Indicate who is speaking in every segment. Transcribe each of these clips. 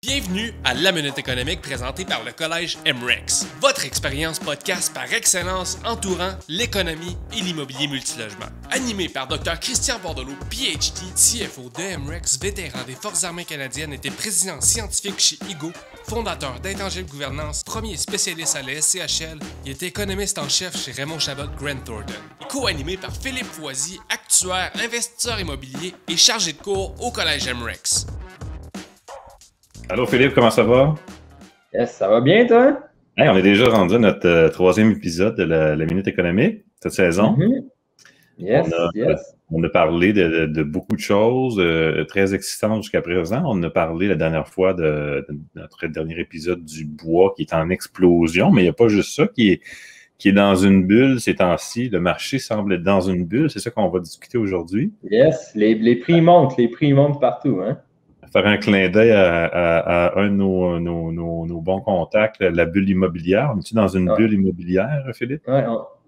Speaker 1: Bienvenue à La Minute économique présentée par le Collège MREX, votre expérience podcast par excellence entourant l'économie et l'immobilier multilogement. Animé par Dr Christian Bordelot, PhD, CFO de MREX, vétéran des Forces armées canadiennes, était président scientifique chez IGO, fondateur d'Intangible Gouvernance, premier spécialiste à la SCHL, il était économiste en chef chez Raymond Chabot Grant Thornton. Co-animé par Philippe Foisy, actuaire, investisseur immobilier et chargé de cours au Collège MREX.
Speaker 2: Allô Philippe, comment ça va?
Speaker 3: Yes, ça va bien, toi?
Speaker 2: Hey, on est déjà rendu à notre troisième épisode de la Minute économique cette saison.
Speaker 3: Yes,
Speaker 2: on a parlé de beaucoup de choses très excitantes jusqu'à présent. On a parlé la dernière fois de notre dernier épisode du bois qui est en explosion, mais il n'y a pas juste ça qui est dans une bulle ces temps-ci. Le marché semble être dans une bulle. C'est ça qu'on va discuter aujourd'hui.
Speaker 3: Yes, les prix montent partout, hein?
Speaker 2: Faire un clin d'œil à un de nos bons contacts, la bulle immobilière. On est-tu dans une bulle immobilière, Philippe?
Speaker 3: Ouais,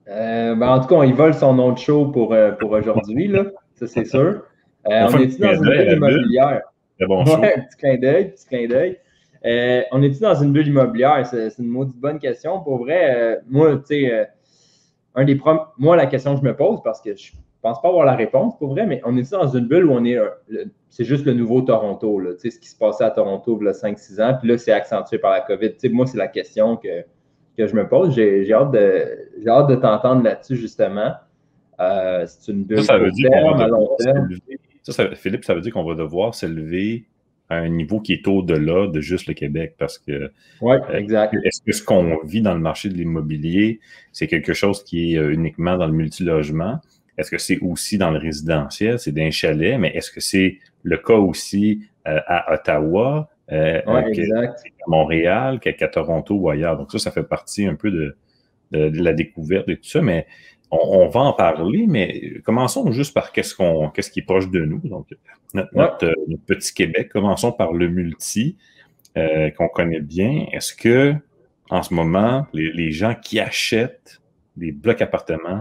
Speaker 3: en tout cas, il vole son nom de show pour aujourd'hui, là. Ça, c'est sûr. On est-tu dans une bulle immobilière?
Speaker 2: C'est bon
Speaker 3: show. Ouais, petit clin d'œil. On est-tu dans une bulle immobilière? C'est une maudite bonne question. Pour vrai, moi, tu sais, moi, la question que je me pose, parce que je pense pas avoir la réponse pour vrai, mais on est dans une bulle où c'est juste le nouveau Toronto, là, ce qui se passait à Toronto il y a 5-6 ans, puis là, c'est accentué par la COVID. Moi, c'est la question que je me pose. J'ai hâte de t'entendre là-dessus, justement. C'est une bulle
Speaker 2: ça veut dire
Speaker 3: terme, à long terme.
Speaker 2: Philippe, ça veut dire qu'on va devoir s'élever à un niveau qui est au-delà de juste le Québec, parce que
Speaker 3: exact.
Speaker 2: Est-ce que ce qu'on vit dans le marché de l'immobilier, c'est quelque chose qui est uniquement dans le multilogement? Est-ce que c'est aussi dans le résidentiel? C'est d'un chalet, mais est-ce que c'est le cas aussi à Ottawa, à Montréal, qu'à Toronto ou ailleurs? Donc ça fait partie un peu de la découverte et tout ça, mais on va en parler, mais commençons juste par qu'est-ce qui est proche de nous. Donc, notre petit Québec, commençons par le multi qu'on connaît bien. Est-ce que, en ce moment, les gens qui achètent des blocs appartements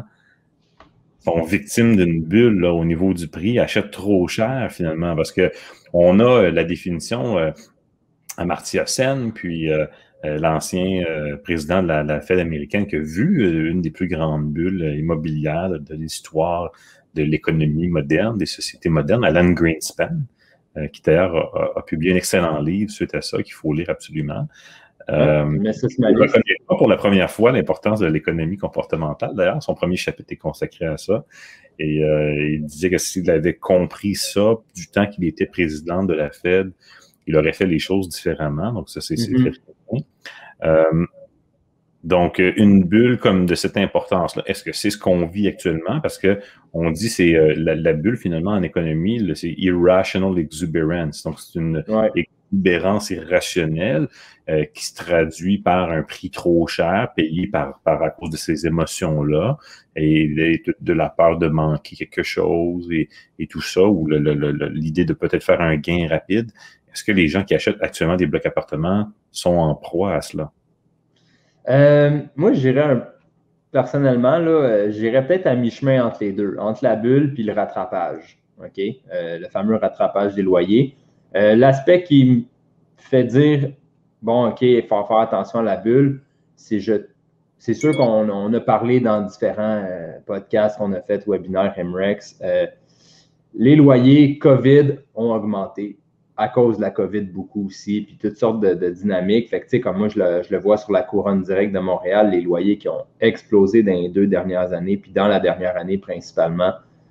Speaker 2: sont victimes d'une bulle là, au niveau du prix, achètent trop cher finalement, parce que on a la définition Amartya Sen, puis l'ancien président de la Fed américaine qui a vu une des plus grandes bulles immobilières de l'histoire de l'économie moderne, des sociétés modernes, Alan Greenspan, qui d'ailleurs a publié un excellent livre suite à ça qu'il faut lire absolument. Il reconnaît pas pour la première fois l'importance de l'économie comportementale. D'ailleurs, son premier chapitre est consacré à ça. Et il disait que s'il avait compris ça du temps qu'il était président de la Fed, il aurait fait les choses différemment. Donc, ça, c'est très, très bien. Donc, une bulle comme de cette importance-là, est-ce que c'est ce qu'on vit actuellement? Parce que on dit c'est la bulle, finalement, en économie, c'est irrational exuberance. Donc, c'est une exubérance irrationnelle qui se traduit par un prix trop cher payé à cause de ces émotions-là et de la peur de manquer quelque chose et tout ça, ou l'idée de peut-être faire un gain rapide. Est-ce que les gens qui achètent actuellement des blocs appartements sont en proie à cela?
Speaker 3: Moi, personnellement, j'irais peut-être à mi-chemin entre les deux, entre la bulle puis le rattrapage. OK? Le fameux rattrapage des loyers. L'aspect qui me fait dire, bon, OK, il faut faire attention à la bulle, c'est sûr qu'on a parlé dans différents podcasts qu'on a fait, webinaires, MREX. Les loyers COVID ont augmenté à cause de la COVID beaucoup aussi, puis toutes sortes de dynamiques. Fait que, tu sais, comme moi, je le vois sur la couronne directe de Montréal, les loyers qui ont explosé dans les 2 dernières années, puis dans la dernière année principalement,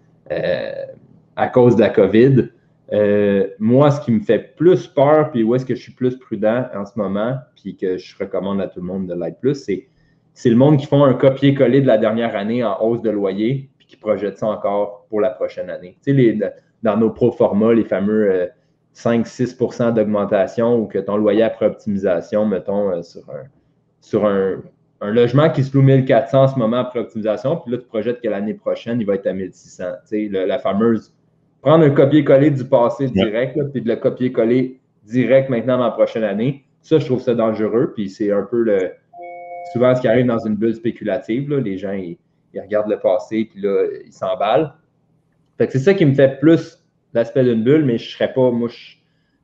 Speaker 3: à cause de la COVID. Moi, ce qui me fait plus peur, puis où est-ce que je suis plus prudent en ce moment, puis que je recommande à tout le monde de l'être plus, c'est le monde qui font un copier-coller de la dernière année en hausse de loyer, puis qui projette ça encore pour la prochaine année. Tu sais, dans nos pro-forma, les fameux 5-6% d'augmentation ou que ton loyer après optimisation, mettons, sur un logement qui se loue 1400 en ce moment après optimisation, puis là, tu projettes que l'année prochaine, il va être à 1600. Tu sais, la fameuse, prendre un copier-coller du passé direct, là, puis de le copier-coller direct maintenant dans la prochaine année, ça, je trouve ça dangereux, puis c'est un peu souvent ce qui arrive dans une bulle spéculative, là, les gens, ils regardent le passé, puis là, ils s'emballent. Fait que c'est ça qui me fait plus l'aspect d'une bulle, mais je serais pas, moi,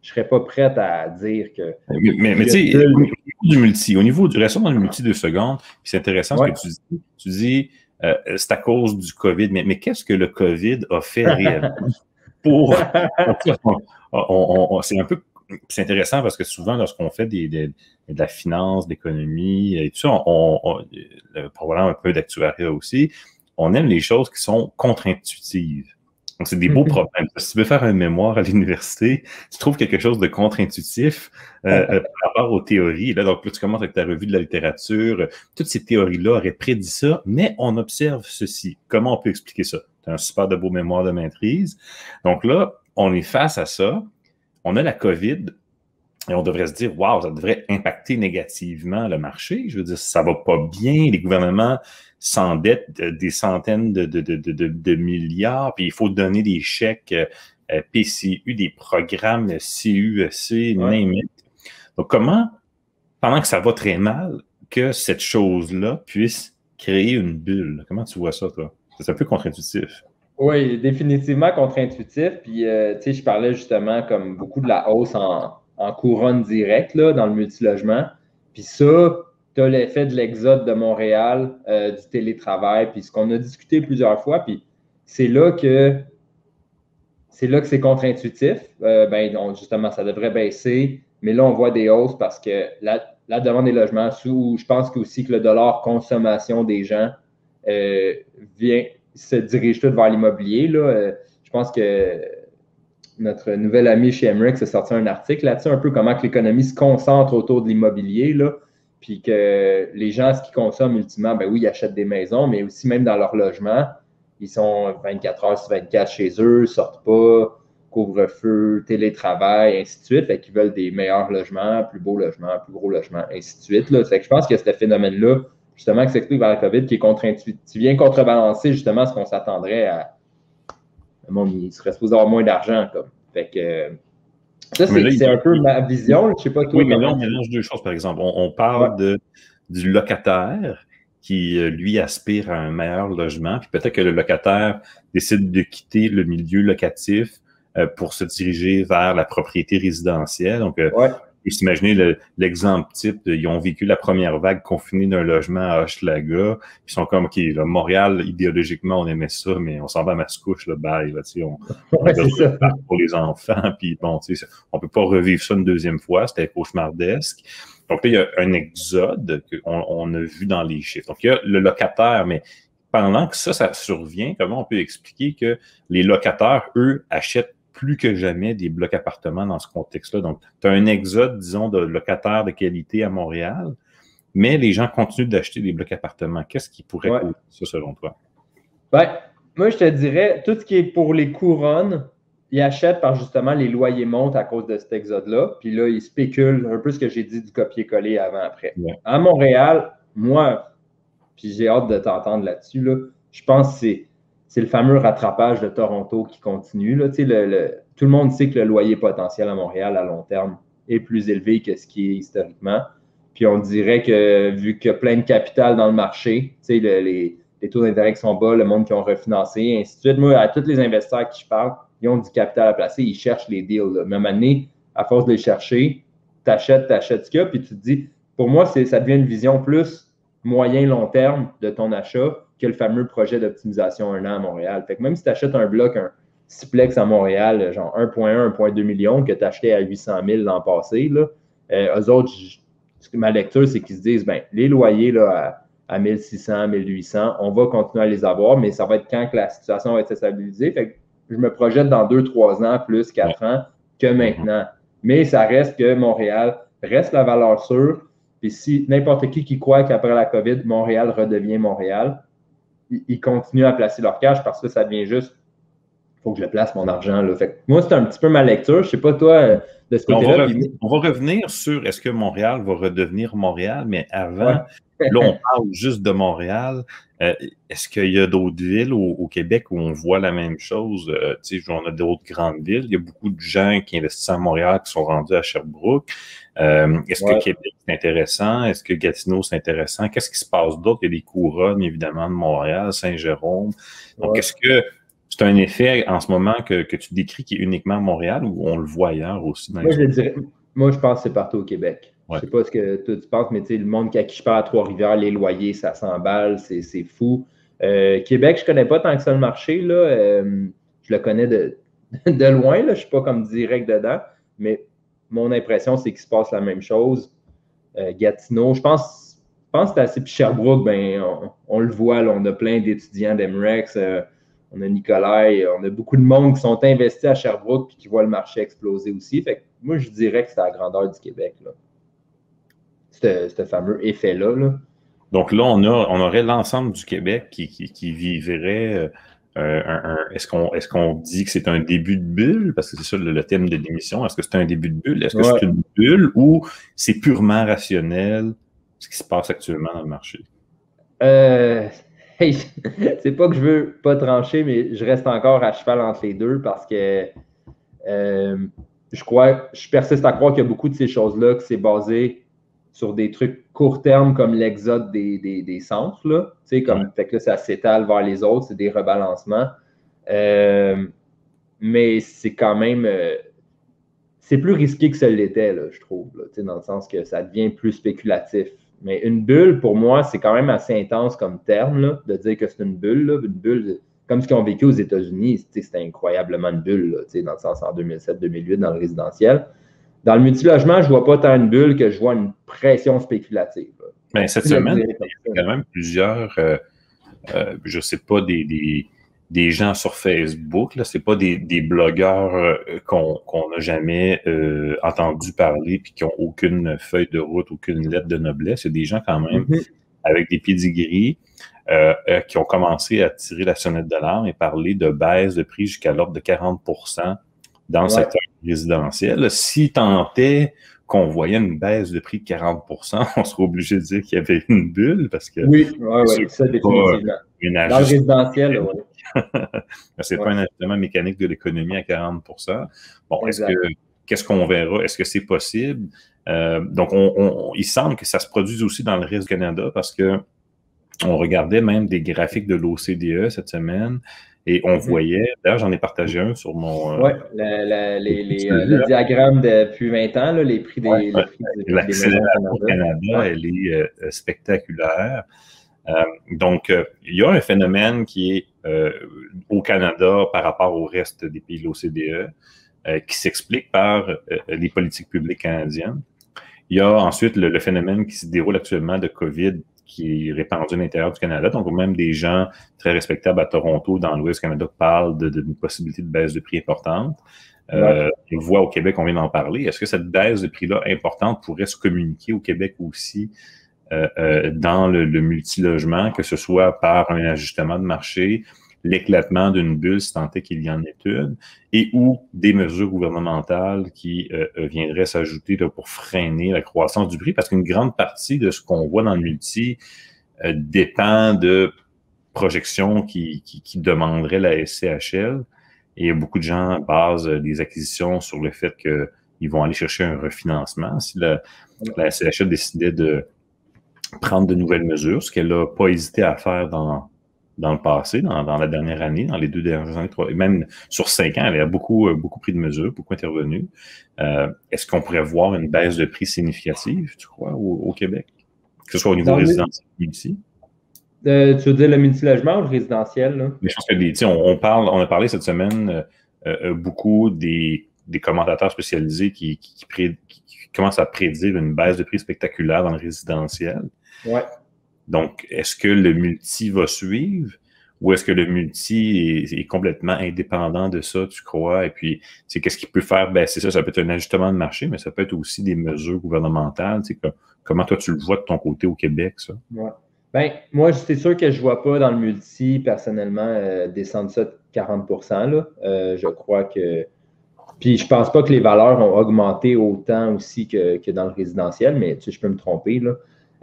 Speaker 3: je serais pas prête à dire que...
Speaker 2: Mais tu sais, au niveau du restons dans le multi 2 secondes, puis c'est intéressant ce que tu dis. Tu dis, c'est à cause du COVID, mais qu'est-ce que le COVID a fait réellement pour... c'est un peu... C'est intéressant parce que souvent, lorsqu'on fait de la finance, d'économie et tout ça, pour avoir un peu d'actuariat aussi, on aime les choses qui sont contre-intuitives. Donc, c'est des beaux problèmes. Si tu veux faire un mémoire à l'université, tu trouves quelque chose de contre-intuitif par rapport aux théories. Là, donc là, tu commences avec ta revue de la littérature. Toutes ces théories-là auraient prédit ça, mais on observe ceci. Comment on peut expliquer ça? Tu as un super de beau mémoire de maîtrise. Donc là, on est face à ça. On a la COVID et on devrait se dire, wow, ça devrait impacter négativement le marché. Je veux dire, ça va pas bien. Les gouvernements s'endettent des centaines de milliards, puis il faut donner des chèques PCU, des programmes CUEC, name it. Donc, comment, pendant que ça va très mal, que cette chose-là puisse créer une bulle? Comment tu vois ça, toi? C'est un peu contre-intuitif.
Speaker 3: Oui, définitivement contre-intuitif. Puis, tu sais, je parlais justement comme beaucoup de la hausse en couronne directe là, dans le multilogement. Puis ça, tu as l'effet de l'exode de Montréal, du télétravail, puis ce qu'on a discuté plusieurs fois. Puis c'est là que c'est contre-intuitif. Justement, ça devrait baisser. Mais là, on voit des hausses parce que la demande des logements, je pense aussi que le dollar consommation des gens se dirige tout vers l'immobilier. Je pense que notre nouvel ami chez MREX a sorti un article là-dessus, un peu comment que l'économie se concentre autour de l'immobilier, puis que les gens, ce qu'ils consomment ultimement, ben oui, ils achètent des maisons, mais aussi même dans leur logement, ils sont 24 heures sur 24 chez eux, sortent pas, couvre-feu, télétravail, ainsi de suite. Fait qu'ils veulent des meilleurs logements, plus beaux logements, plus gros logements, ainsi de suite. Là. Fait que je pense que ce phénomène-là, justement, qui s'explique par la COVID, qui est contre-intuitif, qui vient contrebalancer justement ce qu'on s'attendrait à. Le monde, il serait supposé avoir moins d'argent. Comme. Fait que ça, c'est un peu ma vision. Je sais pas toi.
Speaker 2: Oui, mais là, on mélange deux choses, par exemple. On parle du locataire qui, lui, aspire à un meilleur logement, puis peut-être que le locataire décide de quitter le milieu locatif pour se diriger vers la propriété résidentielle. Donc, vous imaginez l'exemple type, ils ont vécu la première vague confinée d'un logement à Hochelaga, ils sont comme, OK, là, Montréal, idéologiquement, on aimait ça, mais on s'en va à Mascouche, là, bye, là, on a besoin pour les enfants, puis bon, on peut pas revivre ça une deuxième fois, c'était cauchemardesque. Donc là, il y a un exode qu'on a vu dans les chiffres. Donc, il y a le locataire, mais pendant que ça survient, comment on peut expliquer que les locataires, eux, achètent plus que jamais des blocs appartements dans ce contexte-là. Donc, tu as un exode, disons, de locataires de qualité à Montréal, mais les gens continuent d'acheter des blocs appartements. Qu'est-ce qui pourrait causer ça, selon toi?
Speaker 3: Ben, moi, je te dirais, tout ce qui est pour les couronnes, ils achètent parce justement les loyers montent à cause de cet exode-là. Puis là, ils spéculent un peu ce que j'ai dit du copier-coller avant-après. Ouais. À Montréal, moi, puis j'ai hâte de t'entendre là-dessus, là, je pense que c'est le fameux rattrapage de Toronto qui continue. Là. Tout le monde sait que le loyer potentiel à Montréal à long terme est plus élevé que ce qui est historiquement. Puis on dirait que vu qu'il y a plein de capital dans le marché, les taux d'intérêt qui sont bas, le monde qui ont refinancé, et ainsi de suite. Moi, à tous les investisseurs à qui je parle, ils ont du capital à placer, ils cherchent les deals. Là. Même année, à force de les chercher, tu achètes ce qu'il y a, puis tu te dis, pour moi, ça devient une vision plus moyen-long terme de ton achat que le fameux projet d'optimisation 1 an à Montréal. Fait que même si tu achètes un bloc, un sixplex à Montréal, genre 1,1, 1,2 millions que tu achetais à 800 000 l'an passé, là, eux autres, ma lecture, c'est qu'ils se disent, ben les loyers là, à 1600, 1800, on va continuer à les avoir, mais ça va être quand que la situation va être stabilisée. Fait que je me projette dans 2-3 ans, plus 4 ans que maintenant. Mais ça reste que Montréal reste la valeur sûre. Puis si n'importe qui croit qu'après la COVID, Montréal redevient Montréal, ils continuent à placer leur cash parce que ça devient juste, il faut que je place mon argent. Là. Fait que moi, c'est un petit peu ma lecture. Je ne sais pas, toi, de ce côté-là.
Speaker 2: On va revenir sur est-ce que Montréal va redevenir Montréal, mais avant, là, on parle juste de Montréal. Est-ce qu'il y a d'autres villes au Québec où on voit la même chose? On a d'autres grandes villes. Il y a beaucoup de gens qui investissent à Montréal qui sont rendus à Sherbrooke. Est-ce que Québec, c'est intéressant? Est-ce que Gatineau, c'est intéressant? Qu'est-ce qui se passe d'autre? Il y a des couronnes, évidemment, de Montréal, Saint-Jérôme. Donc, est-ce que c'est un effet en ce moment que tu décris qui est uniquement à Montréal ou on le voit ailleurs aussi?
Speaker 3: Moi, je pense que c'est partout au Québec.
Speaker 2: Ouais.
Speaker 3: Je ne sais pas ce que toi, tu penses, mais le monde qui je parle à Trois-Rivières, les loyers, ça s'emballe, c'est fou. Québec, je ne connais pas tant que ça le marché. Là. Je le connais de loin. Là. Je ne suis pas comme direct dedans, mais mon impression, c'est qu'il se passe la même chose. Gatineau, je pense que c'est assez. Puis Sherbrooke, ben, on le voit, là, on a plein d'étudiants d'Emrex. On a Nicolai, on a beaucoup de monde qui sont investis à Sherbrooke et qui voient le marché exploser aussi. Fait que moi, je dirais que c'est à la grandeur du Québec, là. Ce fameux effet-là. Là.
Speaker 2: Donc là, on aurait l'ensemble du Québec qui vivrait. Est-ce qu'on dit que c'est un début de bulle? Parce que c'est ça le thème de l'émission. Est-ce que c'est un début de bulle? Est-ce que c'est une bulle ou c'est purement rationnel ce qui se passe actuellement dans le marché?
Speaker 3: Hey, c'est pas que je veux pas trancher, mais je reste encore à cheval entre les deux parce que je persiste à croire qu'il y a beaucoup de ces choses-là, que c'est basé sur des trucs court terme comme l'exode des centres. Là. Tu sais, comme, fait que là, ça s'étale vers les autres, c'est des rebalancements. Mais c'est quand même. C'est plus risqué que ça l'était, là, je trouve, là, tu sais, dans le sens que ça devient plus spéculatif. Mais une bulle, pour moi, c'est quand même assez intense comme terme, là, de dire que c'est une bulle. Là, une bulle, comme ce qu'ils ont vécu aux États-Unis, c'était incroyablement une bulle, là, dans le sens en 2007-2008, dans le résidentiel. Dans le multilogement, je ne vois pas tant une bulle que je vois une pression spéculative.
Speaker 2: Bien, cette semaine, il y a quand même plusieurs, je ne sais pas, des gens sur Facebook, là, c'est pas des blogueurs qu'on n'a jamais entendu parler puis qui n'ont aucune feuille de route, aucune lettre de noblesse. C'est des gens quand même avec des pédigris qui ont commencé à tirer la sonnette d'alarme et parler de baisse de prix jusqu'à l'ordre de 40% dans le secteur résidentiel. Si tant est qu'on voyait une baisse de prix de 40%, on serait obligé de dire qu'il y avait une bulle parce que
Speaker 3: ça définitivement. Dans le résidentiel,
Speaker 2: c'est pas un ajustement mécanique de l'économie à 40%. Bon, qu'est-ce qu'on verra? Est-ce que c'est possible? Donc, il semble que ça se produise aussi dans le reste du Canada parce que on regardait même des graphiques de l'OCDE cette semaine et on voyait, d'ailleurs, j'en ai partagé un sur mon...
Speaker 3: le diagramme depuis 20 ans, là, les prix des
Speaker 2: l'accélération au Canada, elle est spectaculaire. Donc, il y a un phénomène qui est au Canada par rapport au reste des pays de l'OCDE qui s'explique par les politiques publiques canadiennes. Il y a ensuite le phénomène qui se déroule actuellement de COVID qui est répandu à l'intérieur du Canada. Donc, même des gens très respectables à Toronto, dans l'Ouest du Canada, parlent d'une possibilité de baisse de prix importante. On voit au Québec, on vient d'en parler. Est-ce que cette baisse de prix-là importante pourrait se communiquer au Québec aussi dans le multilogement, que ce soit par un ajustement de marché, l'éclatement d'une bulle, si tant est qu'il y en ait une, et ou des mesures gouvernementales qui viendraient s'ajouter pour freiner la croissance du prix, parce qu'une grande partie de ce qu'on voit dans le multi dépend de projections qui demanderaient la SCHL, et beaucoup de gens basent des acquisitions sur le fait qu'ils vont aller chercher un refinancement. Si la SCHL décidait de prendre de nouvelles mesures, ce qu'elle n'a pas hésité à faire dans le passé, dans la dernière année, dans les 2 dernières années, même sur 5 ans, elle a beaucoup pris de mesures, beaucoup intervenu. Est-ce qu'on pourrait voir une baisse de prix significative, tu crois, au Québec? Que ce soit au niveau résidentiel ici?
Speaker 3: Tu veux dire le multilogement ou le résidentiel? Là?
Speaker 2: Mais je pense que on a parlé cette semaine beaucoup des commentateurs spécialisés qui commencent à prédire une baisse de prix spectaculaire dans le résidentiel.
Speaker 3: Ouais.
Speaker 2: Donc, est-ce que le multi va suivre ou est-ce que le multi est complètement indépendant de ça, tu crois? Et puis, qu'est-ce qu'il peut faire? Ben, c'est ça, ça peut être un ajustement de marché, mais ça peut être aussi des mesures gouvernementales. Comment toi, tu le vois de ton côté au Québec, ça?
Speaker 3: Ouais. Ben, moi, c'est sûr que je ne vois pas dans le multi, personnellement, descendre ça de 40%. Là. Je crois que... Puis, je pense pas que les valeurs ont augmenté autant aussi que dans le résidentiel, mais tu sais, je peux me tromper, là.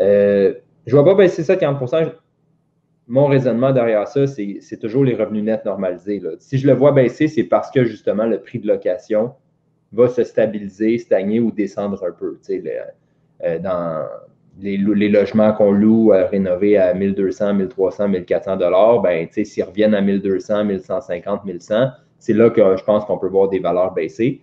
Speaker 3: Je ne vois pas baisser ça de 40%. Mon raisonnement derrière ça, c'est toujours les revenus nets normalisés. Là. Si je le vois baisser, c'est parce que justement le prix de location va se stabiliser, stagner ou descendre un peu. Tu sais, dans les logements qu'on loue à rénover à 1200, 1300, 1400 $, ben, s'ils reviennent à 1200, 1150, 1100, c'est là que je pense qu'on peut voir des valeurs baisser.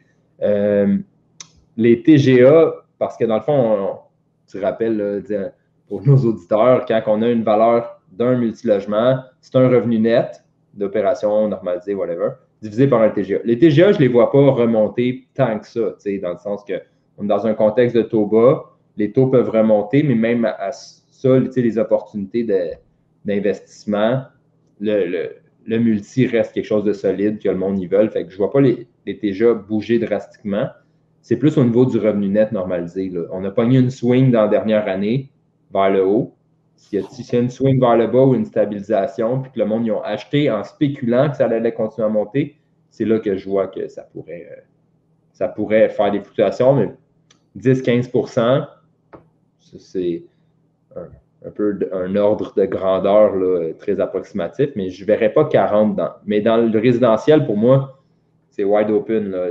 Speaker 3: Les TGA, parce que dans le fond, tu rappelles là, pour nos auditeurs, quand on a une valeur d'un multilogement, c'est un revenu net d'opération normalisée, whatever, divisé par un TGA. Les TGA, je ne les vois pas remonter tant que ça, dans le sens qu'on est dans un contexte de taux bas, les taux peuvent remonter, mais même à ça, les opportunités d'investissement, le multi reste quelque chose de solide que le monde y veut. Fait que je ne vois pas les TGA bouger drastiquement. C'est plus au niveau du revenu net normalisé. Là. On a pogné une swing dans la dernière année vers le haut. S'il y a une swing vers le bas ou une stabilisation, puis que le monde y a acheté en spéculant que ça allait continuer à monter, c'est là que je vois que ça pourrait faire des fluctuations, mais 10-15%, c'est un peu un ordre de grandeur là, très approximatif, mais je ne verrais pas 40 dans. Mais dans le résidentiel, pour moi, c'est wide open. Là.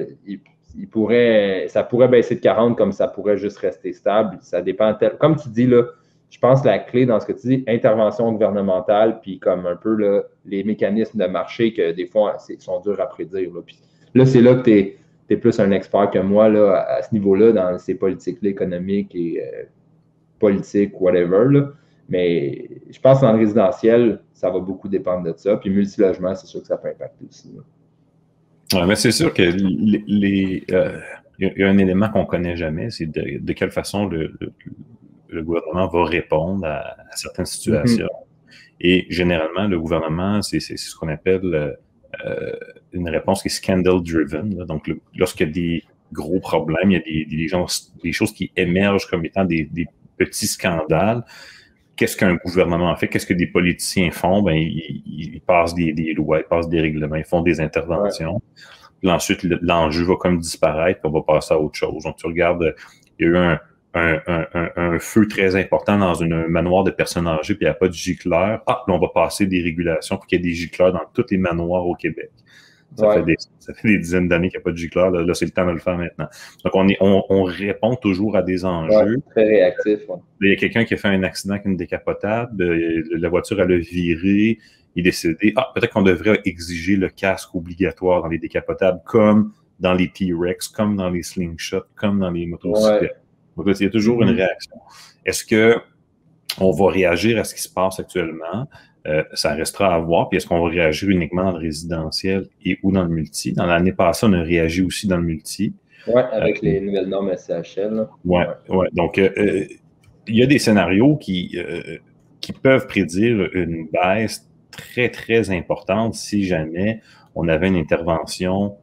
Speaker 3: Ça pourrait baisser de 40 comme ça pourrait juste rester stable. Ça dépend. Comme tu dis, là, je pense que la clé dans ce que tu dis, intervention gouvernementale, puis comme un peu là, les mécanismes de marché que des fois sont durs à prédire. Là, puis, là c'est là que tu es plus un expert que moi là, à ce niveau-là, dans ces politiques-là économiques et politiques, whatever. Là. Mais je pense que dans le résidentiel, ça va beaucoup dépendre de ça. Puis multilogement, c'est sûr que ça peut impacter aussi.
Speaker 2: Oui, mais c'est sûr que il y a un élément qu'on ne connaît jamais, c'est de quelle façon le gouvernement va répondre à certaines situations. Et généralement, le gouvernement, c'est ce qu'on appelle une réponse qui est scandal-driven. Donc, lorsqu'il y a des gros problèmes, il y a des choses qui émergent comme étant des petits scandales. Qu'est-ce qu'un gouvernement fait? Qu'est-ce que des politiciens font? Ben, ils passent des lois, ils passent des règlements, ils font des interventions. Ouais. Puis ensuite, l'enjeu va comme disparaître, puis on va passer à autre chose. Donc, tu regardes, il y a eu un feu très important dans un manoir de personnes âgées, puis il n'y a pas de gicleur. Ah, là, on va passer des régulations pour qu'il y ait des gicleurs dans tous les manoirs au Québec. Ça fait des dizaines d'années qu'il n'y a pas de gicleur. Là, c'est le temps de le faire maintenant. Donc, on répond toujours à des enjeux.
Speaker 3: Ouais, très réactif. Ouais.
Speaker 2: Il y a quelqu'un qui a fait un accident avec une décapotable. La voiture, elle a viré. Il est décédé. Ah, peut-être qu'on devrait exiger le casque obligatoire dans les décapotables, comme dans les T-Rex, comme dans les slingshots, comme dans les motocyclettes. Ouais. Donc, là, il y a toujours une réaction. Est-ce qu'on va réagir à ce qui se passe actuellement? Ça restera à voir. Puis est-ce qu'on va réagir uniquement dans le résidentiel ou dans le multi? Dans l'année passée, on a réagi aussi dans le multi.
Speaker 3: Oui, avec les nouvelles normes SCHL.
Speaker 2: Oui. Donc, il y a des scénarios qui peuvent prédire une baisse très, très importante si jamais on avait une intervention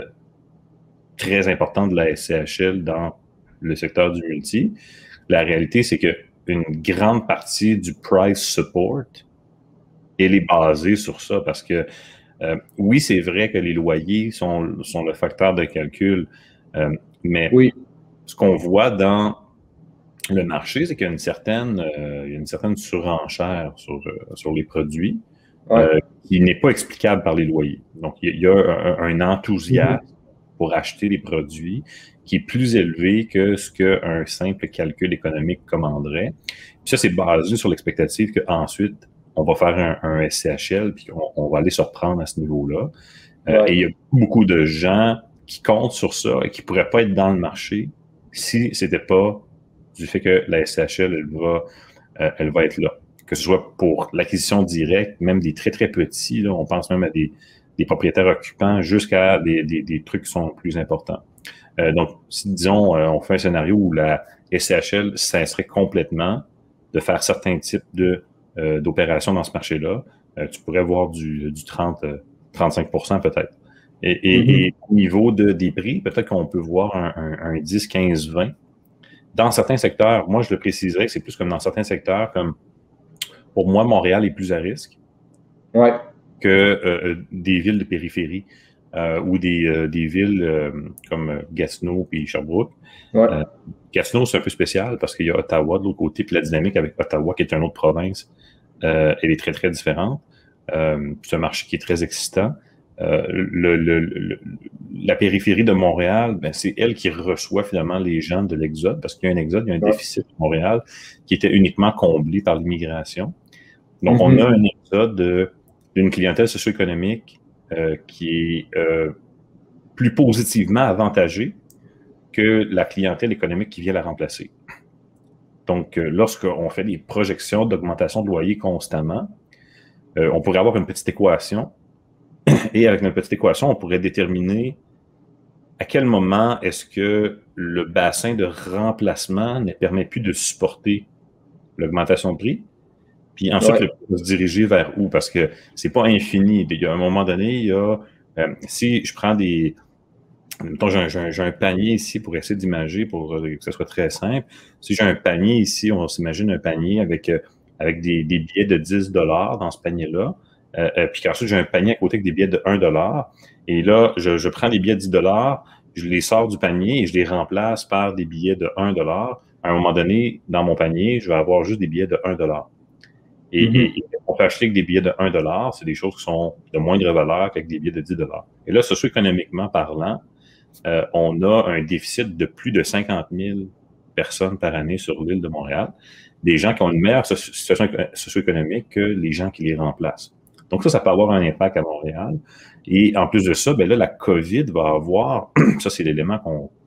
Speaker 2: très importante de la SCHL dans le secteur du multi. La réalité, c'est qu'une grande partie du price support, elle est basée sur ça parce que, oui, c'est vrai que les loyers sont le facteur de calcul, mais oui, ce qu'on voit dans le marché, c'est qu'il y a une certaine surenchère sur les produits qui n'est pas explicable par les loyers. Donc, il y a un enthousiasme pour acheter des produits qui est plus élevé que ce qu'un simple calcul économique commanderait. Puis ça, c'est basé sur l'expectative qu'ensuite, on va faire un SCHL, puis on va aller se reprendre à ce niveau-là. Et il y a beaucoup de gens qui comptent sur ça et qui ne pourraient pas être dans le marché si ce n'était pas du fait que la SCHL, elle va être là. Que ce soit pour l'acquisition directe, même des très, très petits, là, on pense même à des propriétaires occupants, jusqu'à des trucs qui sont plus importants. Donc, si, disons, on fait un scénario où la SCHL cesserait complètement de faire certains types d'opérations dans ce marché-là, tu pourrais voir du 30-35% peut-être. Et au niveau des prix, peut-être qu'on peut voir un 10, 15, 20. Dans certains secteurs, moi, je le préciserais que c'est plus comme dans certains secteurs, comme pour moi, Montréal est plus à risque que des villes de périphérie ou des villes comme Gatineau et Sherbrooke. Gatineau, c'est un peu spécial parce qu'il y a Ottawa de l'autre côté, puis la dynamique avec Ottawa, qui est une autre province, elle est très, très différente. C'est un marché qui est très excitant. la périphérie de Montréal, ben, c'est elle qui reçoit finalement les gens de l'Exode, parce qu'il y a un exode, il y a un déficit à Montréal qui était uniquement comblé par l'immigration. Donc, on a un exode d'une clientèle socio-économique qui est plus positivement avantagée que la clientèle économique qui vient la remplacer. Donc, lorsqu'on fait des projections d'augmentation de loyer constamment, on pourrait avoir une petite équation. Et avec notre petite équation, on pourrait déterminer à quel moment est-ce que le bassin de remplacement ne permet plus de supporter l'augmentation de prix. Puis ensuite, le prix va se diriger vers où? Parce que c'est pas infini. Il y a un moment donné, il y a si je prends des... Mettons, j'ai un panier ici pour essayer d'imager, pour que ce soit très simple. Si j'ai un panier ici, on s'imagine un panier avec des billets de 10 $ dans ce panier-là. Puis qu'ensuite, j'ai un panier à côté avec des billets de 1 $. Et là, je prends les billets de 10 $, je les sors du panier et je les remplace par des billets de 1 $. À un moment donné, dans mon panier, je vais avoir juste des billets de 1 $. Et on peut acheter avec des billets de 1 $, c'est des choses qui sont de moindre valeur qu'avec des billets de 10 $. Et là, socio-économiquement parlant, on a un déficit de plus de 50 000 personnes par année sur l'île de Montréal, des gens qui ont une meilleure situation socio-économique que les gens qui les remplacent. Donc ça peut avoir un impact à Montréal. Et en plus de ça, ben là, la COVID va avoir, ça c'est l'élément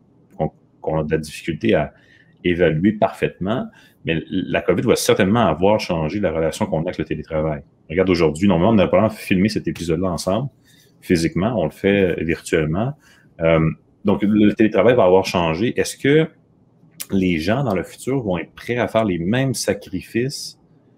Speaker 2: qu'on a de la difficulté à évaluer parfaitement, mais la COVID va certainement avoir changé la relation qu'on a avec le télétravail. Regarde, aujourd'hui, normalement, on n'a pas filmé cet épisode-là ensemble, physiquement, on le fait virtuellement. Donc, le télétravail va avoir changé. Est-ce que les gens dans le futur vont être prêts à faire les mêmes sacrifices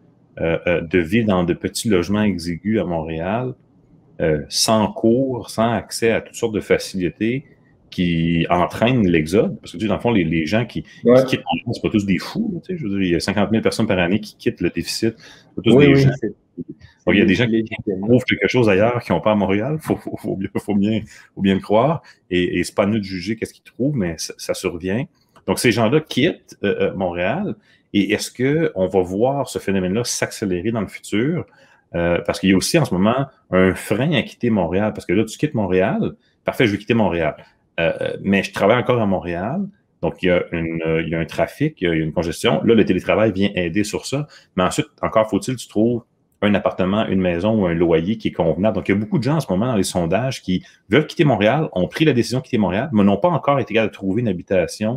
Speaker 2: de vivre dans de petits logements exigus à Montréal, sans cours, sans accès à toutes sortes de facilités qui entraînent l'exode? Parce que, tu sais, dans le fond, les gens qui quittent Montréal, c'est pas tous des fous. Tu sais, je veux dire, il y a 50 000 personnes par année qui quittent le déficit. C'est pas tous des gens. Donc, il y a des gens qui trouvent quelque chose ailleurs qui n'ont pas à Montréal. Faut bien le croire. Et c'est pas à nous de juger qu'est-ce qu'ils trouvent, mais ça survient. Donc, ces gens-là quittent Montréal. Et est-ce qu'on va voir ce phénomène-là s'accélérer dans le futur? Parce qu'il y a aussi en ce moment un frein à quitter Montréal. Parce que là, tu quittes Montréal. Parfait, je vais quitter Montréal. Mais je travaille encore à Montréal. Donc, il y a un trafic, il y a une congestion. Là, le télétravail vient aider sur ça. Mais ensuite, encore faut-il que tu trouves un appartement, une maison ou un loyer qui est convenable. Donc, il y a beaucoup de gens en ce moment dans les sondages qui veulent quitter Montréal, ont pris la décision de quitter Montréal, mais n'ont pas encore été capables de trouver une habitation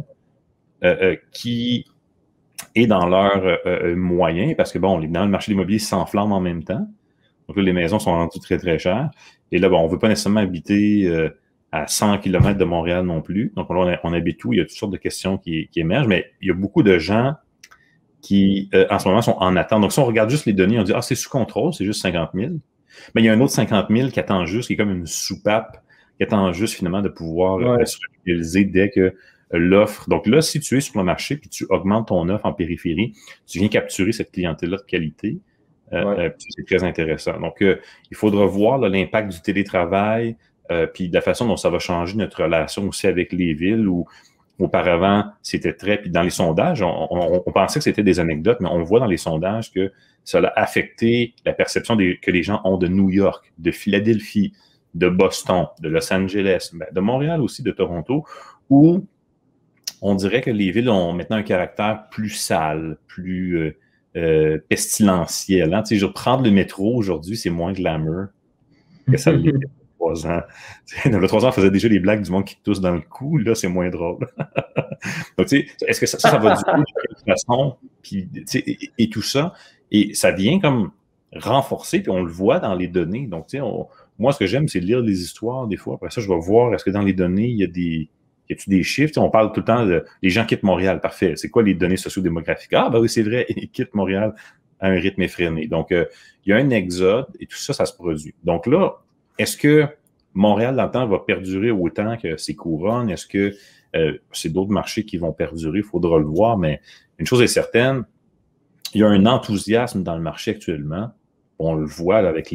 Speaker 2: qui est dans leurs moyens, parce que, bon, évidemment, le marché de l'immobilier s'enflamme en même temps. Donc là, les maisons sont rendues très, très chères. Et là, bon, on ne veut pas nécessairement habiter à 100 km de Montréal non plus. Donc là, on habite où? Il y a toutes sortes de questions qui émergent, mais il y a beaucoup de gens qui, en ce moment, sont en attente. Donc, si on regarde juste les données, on dit « Ah, c'est sous contrôle, c'est juste 50 000 ». Mais il y a un autre 50 000 qui attend juste, qui est comme une soupape, qui attend juste, finalement, de pouvoir se réaliser dès que l'offre. Donc là, si tu es sur le marché puis tu augmentes ton offre en périphérie, tu viens capturer cette clientèle-là de qualité. C'est très intéressant. Donc, il faudra voir l'impact du télétravail puis de la façon dont ça va changer notre relation aussi avec les villes où auparavant, c'était très... Puis dans les sondages, on pensait que c'était des anecdotes, mais on voit dans les sondages que ça a affecté la perception que les gens ont de New York, de Philadelphie, de Boston, de Los Angeles, de Montréal aussi, de Toronto, où on dirait que les villes ont maintenant un caractère plus sale, plus pestilentiel. Hein? Tu sais, prendre le métro aujourd'hui, c'est moins glamour que ça l'était il y a 3 ans. Il y a 3 ans, on faisait déjà des blagues du monde qui tousse dans le cou. Là, c'est moins drôle. Donc, tu sais, est-ce que ça va durer de toute façon? Puis, tu sais, et tout ça. Et ça vient comme renforcer, puis on le voit dans les données. Donc, tu sais, moi, ce que j'aime, c'est lire des histoires des fois. Après ça, je vais voir, est-ce que dans les données, il y a des chiffres? Tu sais, on parle tout le temps de les gens quittent Montréal. Parfait. C'est quoi les données sociodémographiques? Ah, ben oui, c'est vrai, ils quittent Montréal à un rythme effréné. Donc, il y a un exode et tout ça, ça se produit. Donc là, est-ce que Montréal, dans le temps, va perdurer autant que ses couronnes? Est-ce que c'est d'autres marchés qui vont perdurer? Il faudra le voir, mais une chose est certaine, il y a un enthousiasme dans le marché actuellement. On le voit avec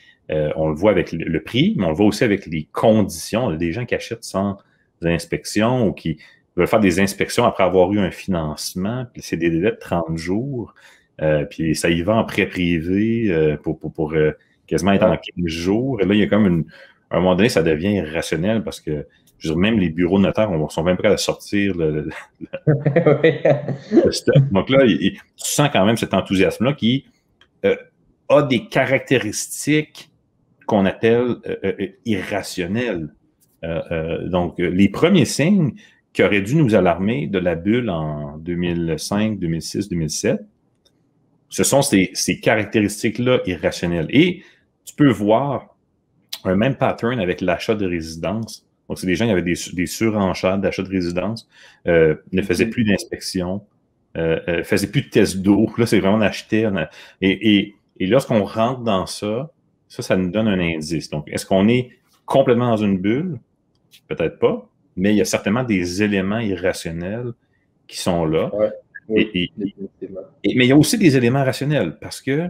Speaker 2: le prix, mais on le voit aussi avec les conditions. Il y a des gens qui achètent sans inspection ou qui veulent faire des inspections après avoir eu un financement. Puis c'est des délais de 30 jours. Puis ça y va en prêt privé pour quasiment être en 15 jours. Et là, il y a comme à un moment donné, ça devient irrationnel parce que je veux dire, même les bureaux de notaires sont même prêts à sortir le stock. Donc là, tu sens quand même cet enthousiasme-là qui a des caractéristiques qu'on appelle irrationnelles. Donc, les premiers signes qui auraient dû nous alarmer de la bulle en 2005, 2006, 2007, ce sont ces caractéristiques-là irrationnelles. Et tu peux voir un même pattern avec l'achat de résidence. Donc, c'est des gens qui avaient des surenchères d'achat de résidence, ne faisaient plus d'inspection, faisaient plus de tests d'eau. Là, c'est vraiment acheter. Et lorsqu'on rentre dans ça nous donne un indice. Donc, est-ce qu'on est complètement dans une bulle? Peut-être pas, mais il y a certainement des éléments irrationnels qui sont là.
Speaker 3: Ouais, oui,
Speaker 2: mais il y a aussi des éléments rationnels parce que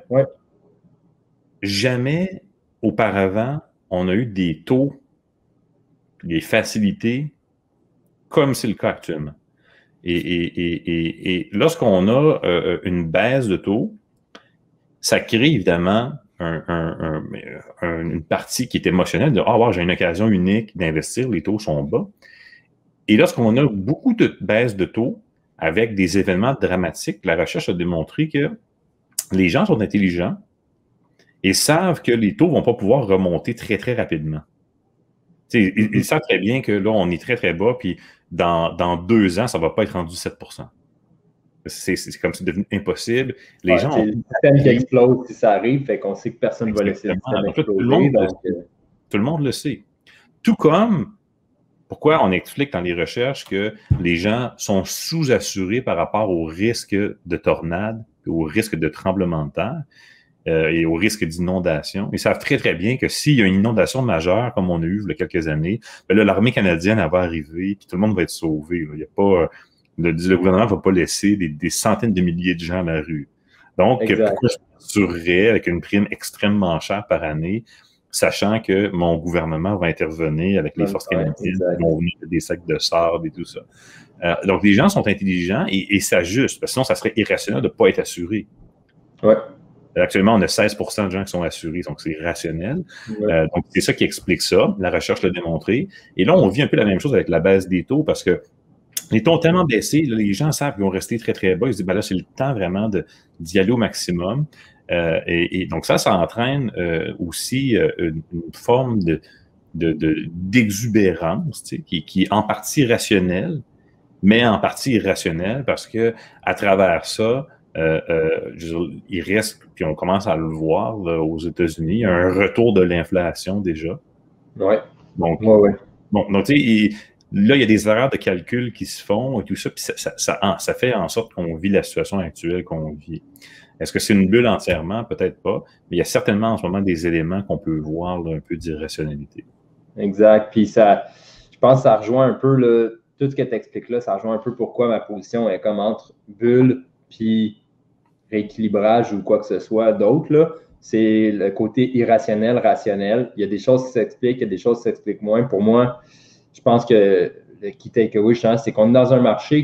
Speaker 2: jamais auparavant, on a eu des taux, des facilités comme c'est le cas actuellement. Et lorsqu'on a une baisse de taux, ça crée évidemment une partie qui est émotionnelle de « Ah, wow, j'ai une occasion unique d'investir, les taux sont bas ». Et lorsqu'on a beaucoup de baisse de taux avec des événements dramatiques, la recherche a démontré que les gens sont intelligents et savent que les taux ne vont pas pouvoir remonter très, très rapidement. Ils savent très bien que là, on est très, très bas, puis dans 2 ans, ça ne va pas être rendu 7 %. C'est comme c'est devenu impossible. Les gens
Speaker 3: ont... le système qui explose si ça arrive, fait qu'on sait que personne ne va laisser le système exploser.
Speaker 2: Tout le monde le sait. Tout comme, pourquoi on explique dans les recherches que les gens sont sous-assurés par rapport au risque de tornade, au risque de tremblement de terre et au risque d'inondation. Ils savent très, très bien que s'il y a une inondation majeure, comme on a eu il y a quelques années, ben là, l'armée canadienne elle va arriver, puis tout le monde va être sauvé. Là. Il y a pas... Le gouvernement ne va pas laisser des centaines de milliers de gens à la rue. Donc, pourquoi je m'assurerais avec une prime extrêmement chère par année, sachant que mon gouvernement va intervenir avec les forces canadiennes qui vont venir des sacs de sable et tout ça. Donc, les gens sont intelligents et s'ajustent, parce que sinon, ça serait irrationnel de ne pas être assuré.
Speaker 3: Ouais.
Speaker 2: Actuellement, on a 16 % de gens qui sont assurés, donc c'est rationnel. Ouais. Donc, c'est ça qui explique ça. La recherche l'a démontré. Et là, on vit un peu la même chose avec la baisse des taux, parce que les taux ont tellement baissé, là, les gens savent qu'ils vont rester très, très bas. Ils se disent, ben là, c'est le temps vraiment d'y aller au maximum. Et donc, ça entraîne aussi une forme d'exubérance, tu sais, qui est en partie rationnelle, mais en partie irrationnelle, parce que à travers ça, il reste, puis on commence à le voir là, aux États-Unis, il y a un retour de l'inflation déjà.
Speaker 3: Oui.
Speaker 2: Donc, tu sais, là, il y a des erreurs de calcul qui se font et tout ça, puis ça fait en sorte qu'on vit la situation actuelle qu'on vit. Est-ce que c'est une bulle entièrement? Peut-être pas, mais il y a certainement en ce moment des éléments qu'on peut voir là, un peu d'irrationalité.
Speaker 3: Exact, puis je pense que ça rejoint un peu là, tout ce que tu expliques là, ça rejoint un peu pourquoi ma position est comme entre bulle puis rééquilibrage ou quoi que ce soit d'autre, là. C'est le côté irrationnel, rationnel. Il y a des choses qui s'expliquent, il y a des choses qui s'expliquent moins. Pour moi, je pense que le key takeaway, c'est qu'on est dans un marché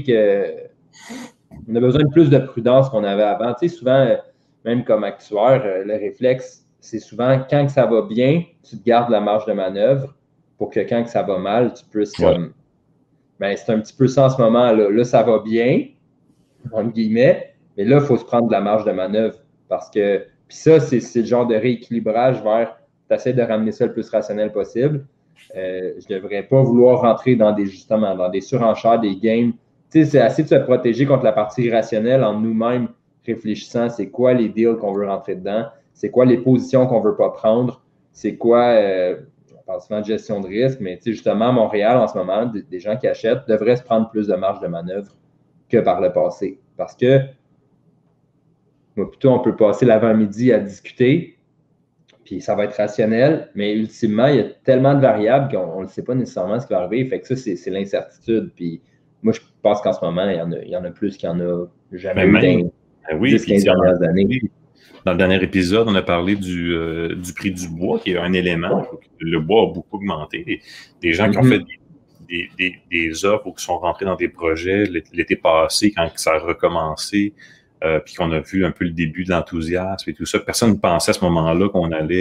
Speaker 3: on a besoin de plus de prudence qu'on avait avant. Tu sais, souvent, même comme actuaire, le réflexe, c'est souvent quand ça va bien, tu te gardes la marge de manœuvre pour que quand ça va mal, tu puisses comme... Ben, c'est un petit peu ça en ce moment-là. Là, ça va bien, entre guillemets, mais là, il faut se prendre de la marge de manœuvre parce que... Puis ça, c'est le genre de rééquilibrage vers... Tu essaies de ramener ça le plus rationnel possible. Je ne devrais pas vouloir rentrer dans des surenchères, des games. Tu sais, c'est assez de se protéger contre la partie irrationnelle en nous-mêmes réfléchissant c'est quoi les deals qu'on veut rentrer dedans, c'est quoi les positions qu'on ne veut pas prendre, c'est quoi, on parle souvent de gestion de risque, mais tu sais, justement, à Montréal, en ce moment, des gens qui achètent devraient se prendre plus de marge de manœuvre que par le passé. Parce que, plutôt, on peut passer l'avant-midi à discuter, puis ça va être rationnel, mais ultimement, il y a tellement de variables qu'on ne sait pas nécessairement ce qui va arriver. Fait que ça, c'est l'incertitude. Puis moi, je pense qu'en ce moment, il y en a plus qu'il n'y en a jamais eu dans les 10-15 dernières années.
Speaker 2: Dans le dernier épisode, on a parlé du prix du bois, qui est un élément. Le bois a beaucoup augmenté. Des gens qui ont fait des offres ou qui sont rentrés dans des projets l'été passé, quand ça a recommencé, puis qu'on a vu un peu le début de l'enthousiasme et tout ça. Personne ne pensait à ce moment-là qu'on allait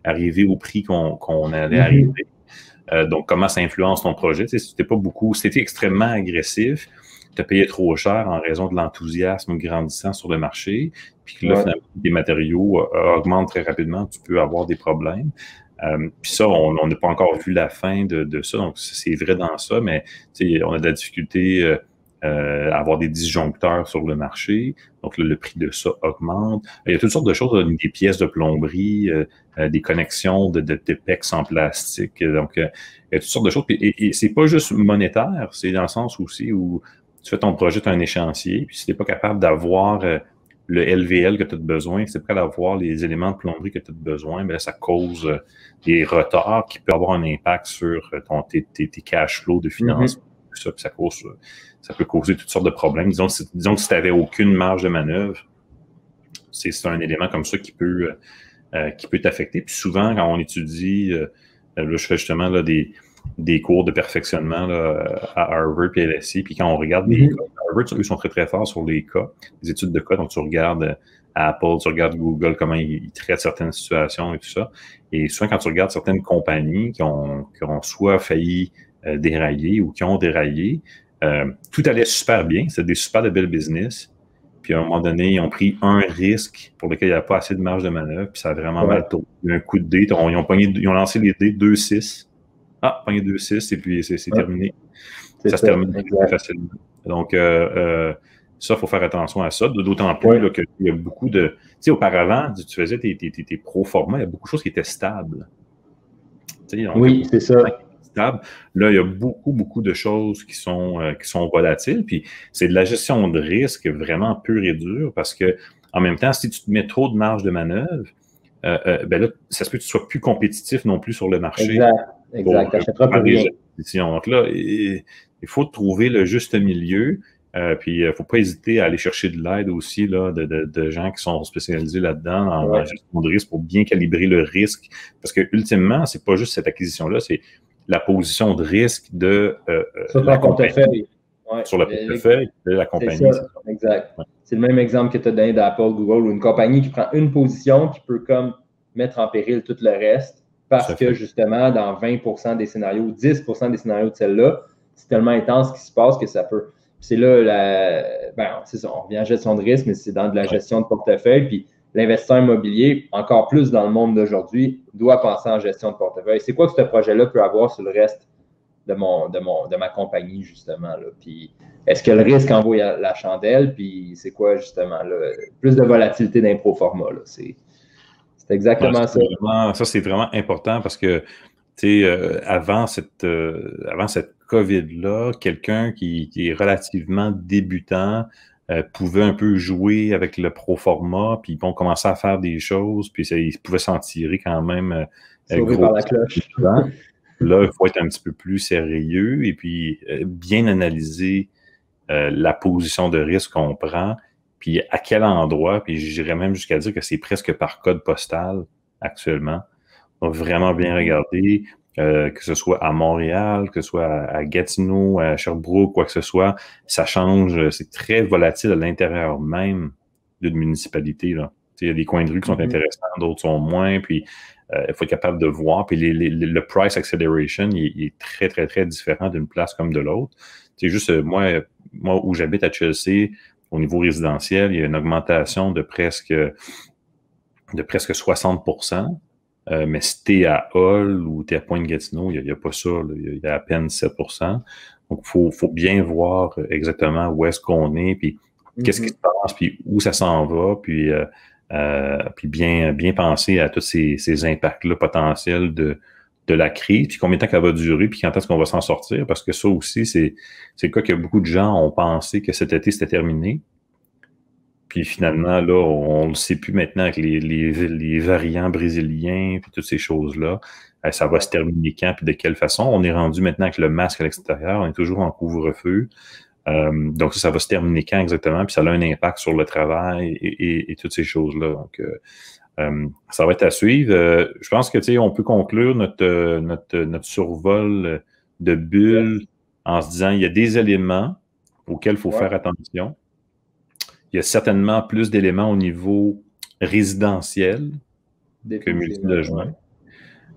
Speaker 2: arriver au prix qu'on allait arriver. Donc, comment ça influence ton projet? Tu sais, si tu étais extrêmement agressif, tu as payé trop cher en raison de l'enthousiasme grandissant sur le marché, puis que là, finalement, les matériaux augmentent très rapidement, tu peux avoir des problèmes. Puis ça, on n'a pas encore vu la fin de ça, donc c'est vrai dans ça, mais on a de la difficulté à avoir des disjoncteurs sur le marché, donc le prix de ça augmente. Il y a toutes sortes de choses, des pièces de plomberie, des connexions de PEX en plastique, donc il y a toutes sortes de choses. Et c'est pas juste monétaire, c'est dans le sens aussi où tu fais ton projet, tu as un échéancier, puis si tu n'es pas capable d'avoir le LVL que tu as besoin, si tu n'es pas capable d'avoir les éléments de plomberie que tu as besoin, bien, ça cause des retards qui peuvent avoir un impact sur tes cash flows de financement. Ça, puis ça peut causer toutes sortes de problèmes. Disons que si tu n'avais aucune marge de manœuvre, c'est un élément comme ça qui peut t'affecter. Puis souvent, quand on étudie, là, je fais justement là, des cours de perfectionnement là, à Harvard et LSE, puis quand on regarde les cas, Harvard, eux sont très, très forts sur les cas, les études de cas. Donc, tu regardes Apple, tu regardes Google, comment ils traitent certaines situations et tout ça. Et souvent, quand tu regardes certaines compagnies qui ont soit failli dérailler ou qui ont déraillé, tout allait super bien. C'était des super de belles business. Puis à un moment donné, ils ont pris un risque pour lequel il n'y avait pas assez de marge de manœuvre, puis ça a vraiment mal tourné. Il y a eu un coup de dé. Ils ont lancé les dés 2-6. Ah, pogné 2-6 et puis c'est terminé. Ça se termine très facilement. Donc, ça, il faut faire attention à ça. D'autant plus qu'il y a beaucoup de... Tu sais, auparavant, tu faisais tes pro-formats, il y a beaucoup de choses qui étaient stables.
Speaker 3: Oui, c'est ça.
Speaker 2: Stable. Là, il y a beaucoup de choses qui sont volatiles. Puis, c'est de la gestion de risque vraiment pure et dure parce que, en même temps, si tu te mets trop de marge de manœuvre, ben là, ça se peut que tu sois plus compétitif non plus sur le marché.
Speaker 3: Exact. T'achèteras plus rien.
Speaker 2: Donc là, il faut trouver le juste milieu. Puis, il ne faut pas hésiter à aller chercher de l'aide aussi là, de gens qui sont spécialisés là-dedans en gestion de risque pour bien calibrer le risque. Parce que, ultimement, c'est pas juste cette acquisition-là, c'est la position de risque de
Speaker 3: sur ton portefeuille.
Speaker 2: Sur le portefeuille de la compagnie.
Speaker 3: C'est ça, exact. Ouais. C'est le même exemple que tu as donné d'Apple, Google, ou une compagnie qui prend une position qui peut comme mettre en péril tout le reste parce que, justement, dans 20% des scénarios, 10% des scénarios de celle-là, c'est tellement intense ce qui se passe que ça peut... C'est là, c'est ça, on revient à gestion de risque, mais c'est dans de la gestion de portefeuille. Puis l'investisseur immobilier, encore plus dans le monde d'aujourd'hui, doit penser en gestion de portefeuille. C'est quoi que ce projet-là peut avoir sur le reste de ma compagnie, justement, là? Puis est-ce que le risque envoie la chandelle? Puis c'est quoi, justement, là? Plus de volatilité d'impro-format, là. C'est exactement ça.
Speaker 2: Ça, c'est vraiment important parce que, tu sais, avant cette COVID-là, quelqu'un qui est relativement débutant pouvait un peu jouer avec le pro-format, puis bon, commencer à faire des choses, puis il pouvait s'en tirer quand même
Speaker 3: sauvé par la cloche.
Speaker 2: Là, il faut être un petit peu plus sérieux et puis bien analyser la position de risque qu'on prend, puis à quel endroit, puis j'irais même jusqu'à dire que c'est presque par code postal actuellement. On va vraiment bien regarder, que ce soit à Montréal, que ce soit à Gatineau, à Sherbrooke, quoi que ce soit, ça change, c'est très volatile à l'intérieur même d'une municipalité, là. Il y a des coins de rue qui sont intéressants, d'autres sont moins, puis il faut être capable de voir. Puis le price acceleration, il est très, très, très différent d'une place comme de l'autre. C'est juste, moi où j'habite à Chelsea, au niveau résidentiel, il y a une augmentation de presque 60%. Mais si tu es à Hull ou tu es à Pointe-Gatineau, il n'y a pas ça. Il y a à peine 7%. Donc, il faut bien voir exactement où est-ce qu'on est, puis qu'est-ce qui se passe, puis où ça s'en va, puis bien penser à tous ces impacts-là potentiels de la crise, puis combien de temps qu'elle va durer, puis quand est-ce qu'on va s'en sortir, parce que ça aussi, c'est le cas que beaucoup de gens ont pensé que cet été, c'était terminé. Puis finalement, là, on ne le sait plus maintenant avec les variants brésiliens, puis toutes ces choses-là. Ça va se terminer quand, puis de quelle façon. On est rendu maintenant avec le masque à l'extérieur, on est toujours en couvre-feu. Donc ça va se terminer quand exactement, puis ça a un impact sur le travail et toutes ces choses-là. Donc, ça va être à suivre. Je pense que, tu sais, on peut conclure notre survol de bulles en se disant il y a des éléments auxquels il faut faire attention. Il y a certainement plus d'éléments au niveau résidentiel que multilogement.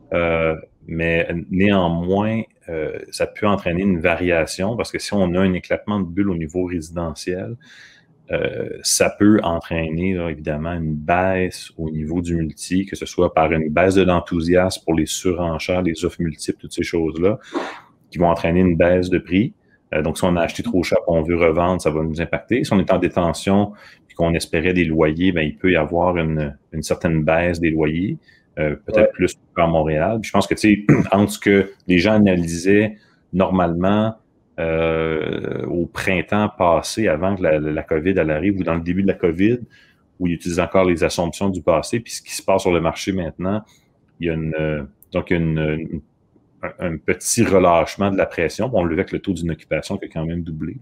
Speaker 2: Mais néanmoins, ça peut entraîner une variation parce que si on a un éclatement de bulles au niveau résidentiel, ça peut entraîner là, évidemment une baisse au niveau du multi, que ce soit par une baisse de l'enthousiasme pour les surenchères, les offres multiples, toutes ces choses-là, qui vont entraîner une baisse de prix. Donc, si on a acheté trop cher et on veut revendre, ça va nous impacter. Si on est en détention et qu'on espérait des loyers, bien, il peut y avoir une certaine baisse des loyers, peut-être plus qu'à Montréal. Puis je pense que, tu sais, entre ce que les gens analysaient normalement au printemps passé, avant que la COVID elle arrive, ou dans le début de la COVID, où ils utilisent encore les assumptions du passé, puis ce qui se passe sur le marché maintenant, il y a un petit relâchement de la pression. On le voit avec le taux d'inoccupation qui a quand même doublé.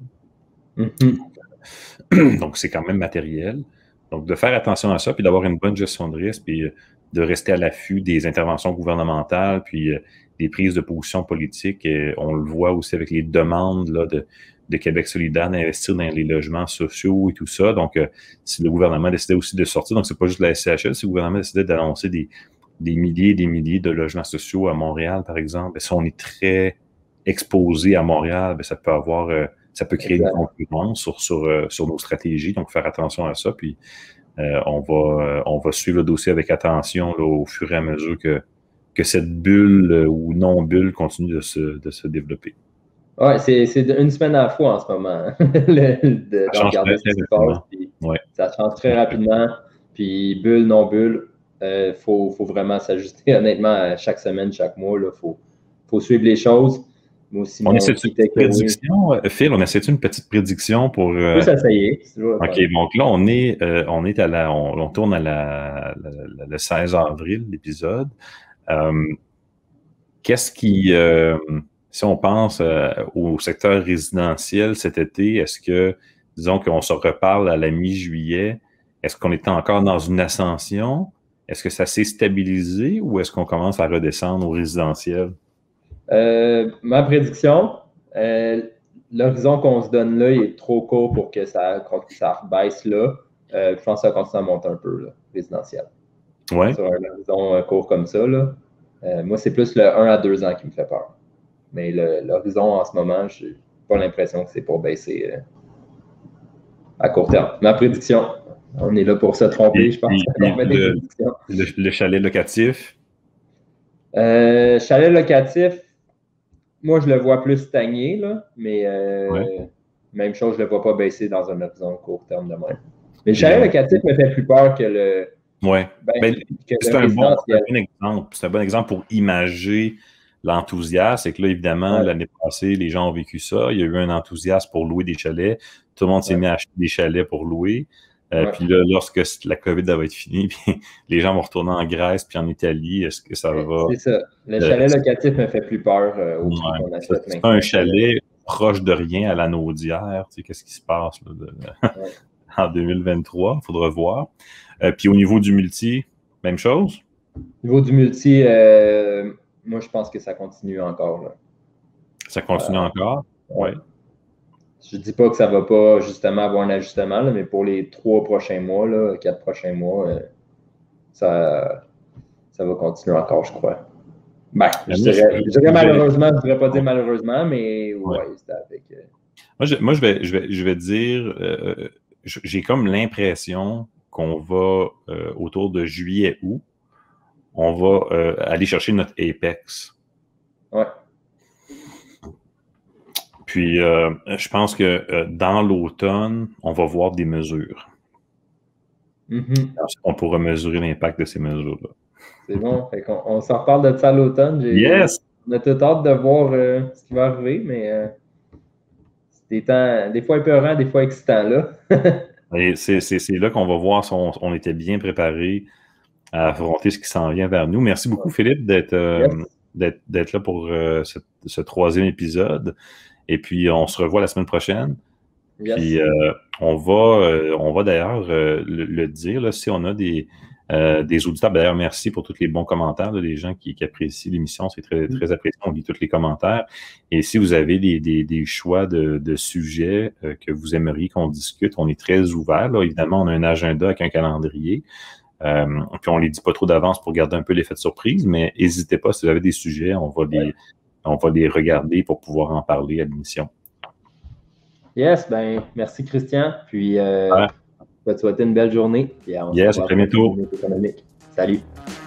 Speaker 2: Donc, c'est quand même matériel. Donc, de faire attention à ça, puis d'avoir une bonne gestion de risque, puis de rester à l'affût des interventions gouvernementales, puis des prises de position politiques. Et on le voit aussi avec les demandes là, de Québec solidaire d'investir dans les logements sociaux et tout ça. Donc, si le gouvernement décidait aussi de sortir, donc c'est pas juste la SCHL, si le gouvernement décidait d'annoncer des milliers et des milliers de logements sociaux à Montréal, par exemple, si on est très exposé à Montréal, ça peut créer une concurrence sur nos stratégies. Donc, faire attention à ça. Puis, on va suivre le dossier avec attention là, au fur et à mesure que cette bulle ou non-bulle continue de se développer.
Speaker 3: Oui, c'est une semaine à la fois en ce moment. De regarder ce qui se passe. Ça change très rapidement. Puis, bulle, non-bulle. Faut vraiment s'ajuster, honnêtement, chaque semaine, chaque mois. Il faut suivre les choses. Moi aussi,
Speaker 2: on essaie une prédiction, Phil, on essaie une petite prédiction pour...
Speaker 3: On peut s'essayer.
Speaker 2: OK, donc là, on tourne à le 16 avril, l'épisode. Qu'est-ce qui... si on pense au secteur résidentiel cet été, est-ce que, disons qu'on se reparle à la mi-juillet, est-ce qu'on est encore dans une ascension? Est-ce que ça s'est stabilisé ou est-ce qu'on commence à redescendre au résidentiel?
Speaker 3: Ma prédiction, l'horizon qu'on se donne là, il est trop court pour que ça rebaisse là. Je pense que ça continue à monter un peu, là, résidentiel.
Speaker 2: Ouais.
Speaker 3: Sur un horizon court comme ça, là. Moi, c'est plus le 1 à 2 ans qui me fait peur. Mais l'horizon en ce moment, je n'ai pas l'impression que c'est pour baisser à court terme. Ma prédiction, on est là pour se tromper, je pense.
Speaker 2: Le chalet locatif?
Speaker 3: Chalet locatif, moi, je le vois plus stagner, là, mais même chose, je ne le vois pas baisser dans un horizon court terme de même. Mais le chalet locatif me fait plus peur que le...
Speaker 2: Oui. C'est un bon exemple. C'est un bon exemple pour imager l'enthousiasme. C'est que là, évidemment, l'année passée, les gens ont vécu ça. Il y a eu un enthousiasme pour louer des chalets. Tout le monde s'est mis à acheter des chalets pour louer. Puis là, lorsque la COVID va être finie, puis les gens vont retourner en Grèce puis en Italie, est-ce que ça va...
Speaker 3: C'est ça. Le chalet locatif me fait plus peur au prix qu'on achète.
Speaker 2: C'est pas un chalet proche de rien à la Naudière. Tu sais, qu'est-ce qui se passe là, en 2023? Il faudra voir. Puis au niveau du multi, même chose?
Speaker 3: Au niveau du multi, moi, je pense que ça continue encore. Là.
Speaker 2: Ça continue encore? Oui.
Speaker 3: Je ne dis pas que ça ne va pas justement avoir un ajustement, là, mais pour les 3 prochains mois, là, 4 prochains mois, ça va continuer encore, je crois. Ben, je dirais malheureusement, je ne voudrais pas dire malheureusement, mais c'est avec...
Speaker 2: Moi, je vais dire, j'ai comme l'impression qu'on va, autour de juillet-août, on va aller chercher notre Apex.
Speaker 3: Ouais.
Speaker 2: Puis, je pense que dans l'automne, on va voir des mesures. On pourra mesurer l'impact de ces mesures-là.
Speaker 3: C'est bon. On s'en reparle de ça à l'automne.
Speaker 2: Yes!
Speaker 3: On a tout hâte de voir ce qui va arriver, mais c'est des temps, des fois épeurants, des fois excitants, là.
Speaker 2: C'est là qu'on va voir si on était bien préparé à affronter ce qui s'en vient vers nous. Merci beaucoup, Philippe, d'être là pour ce 3e épisode. Et puis, on se revoit la semaine prochaine.
Speaker 3: Yes.
Speaker 2: Puis, on va d'ailleurs le dire, là, si on a des auditeurs. D'ailleurs, merci pour tous les bons commentaires, là, des gens qui apprécient l'émission. C'est très, très apprécié. On lit tous les commentaires. Et si vous avez des choix de sujets que vous aimeriez qu'on discute, on est très ouvert. Là. Évidemment, on a un agenda avec un calendrier. Puis on ne les dit pas trop d'avance pour garder un peu l'effet de surprise, mais n'hésitez pas, si vous avez des sujets, on va les regarder pour pouvoir en parler à l'émission.
Speaker 3: Yes, ben merci Christian. Puis, je vais te souhaiter une belle journée. Puis
Speaker 2: Yes, à très bientôt.
Speaker 3: Salut.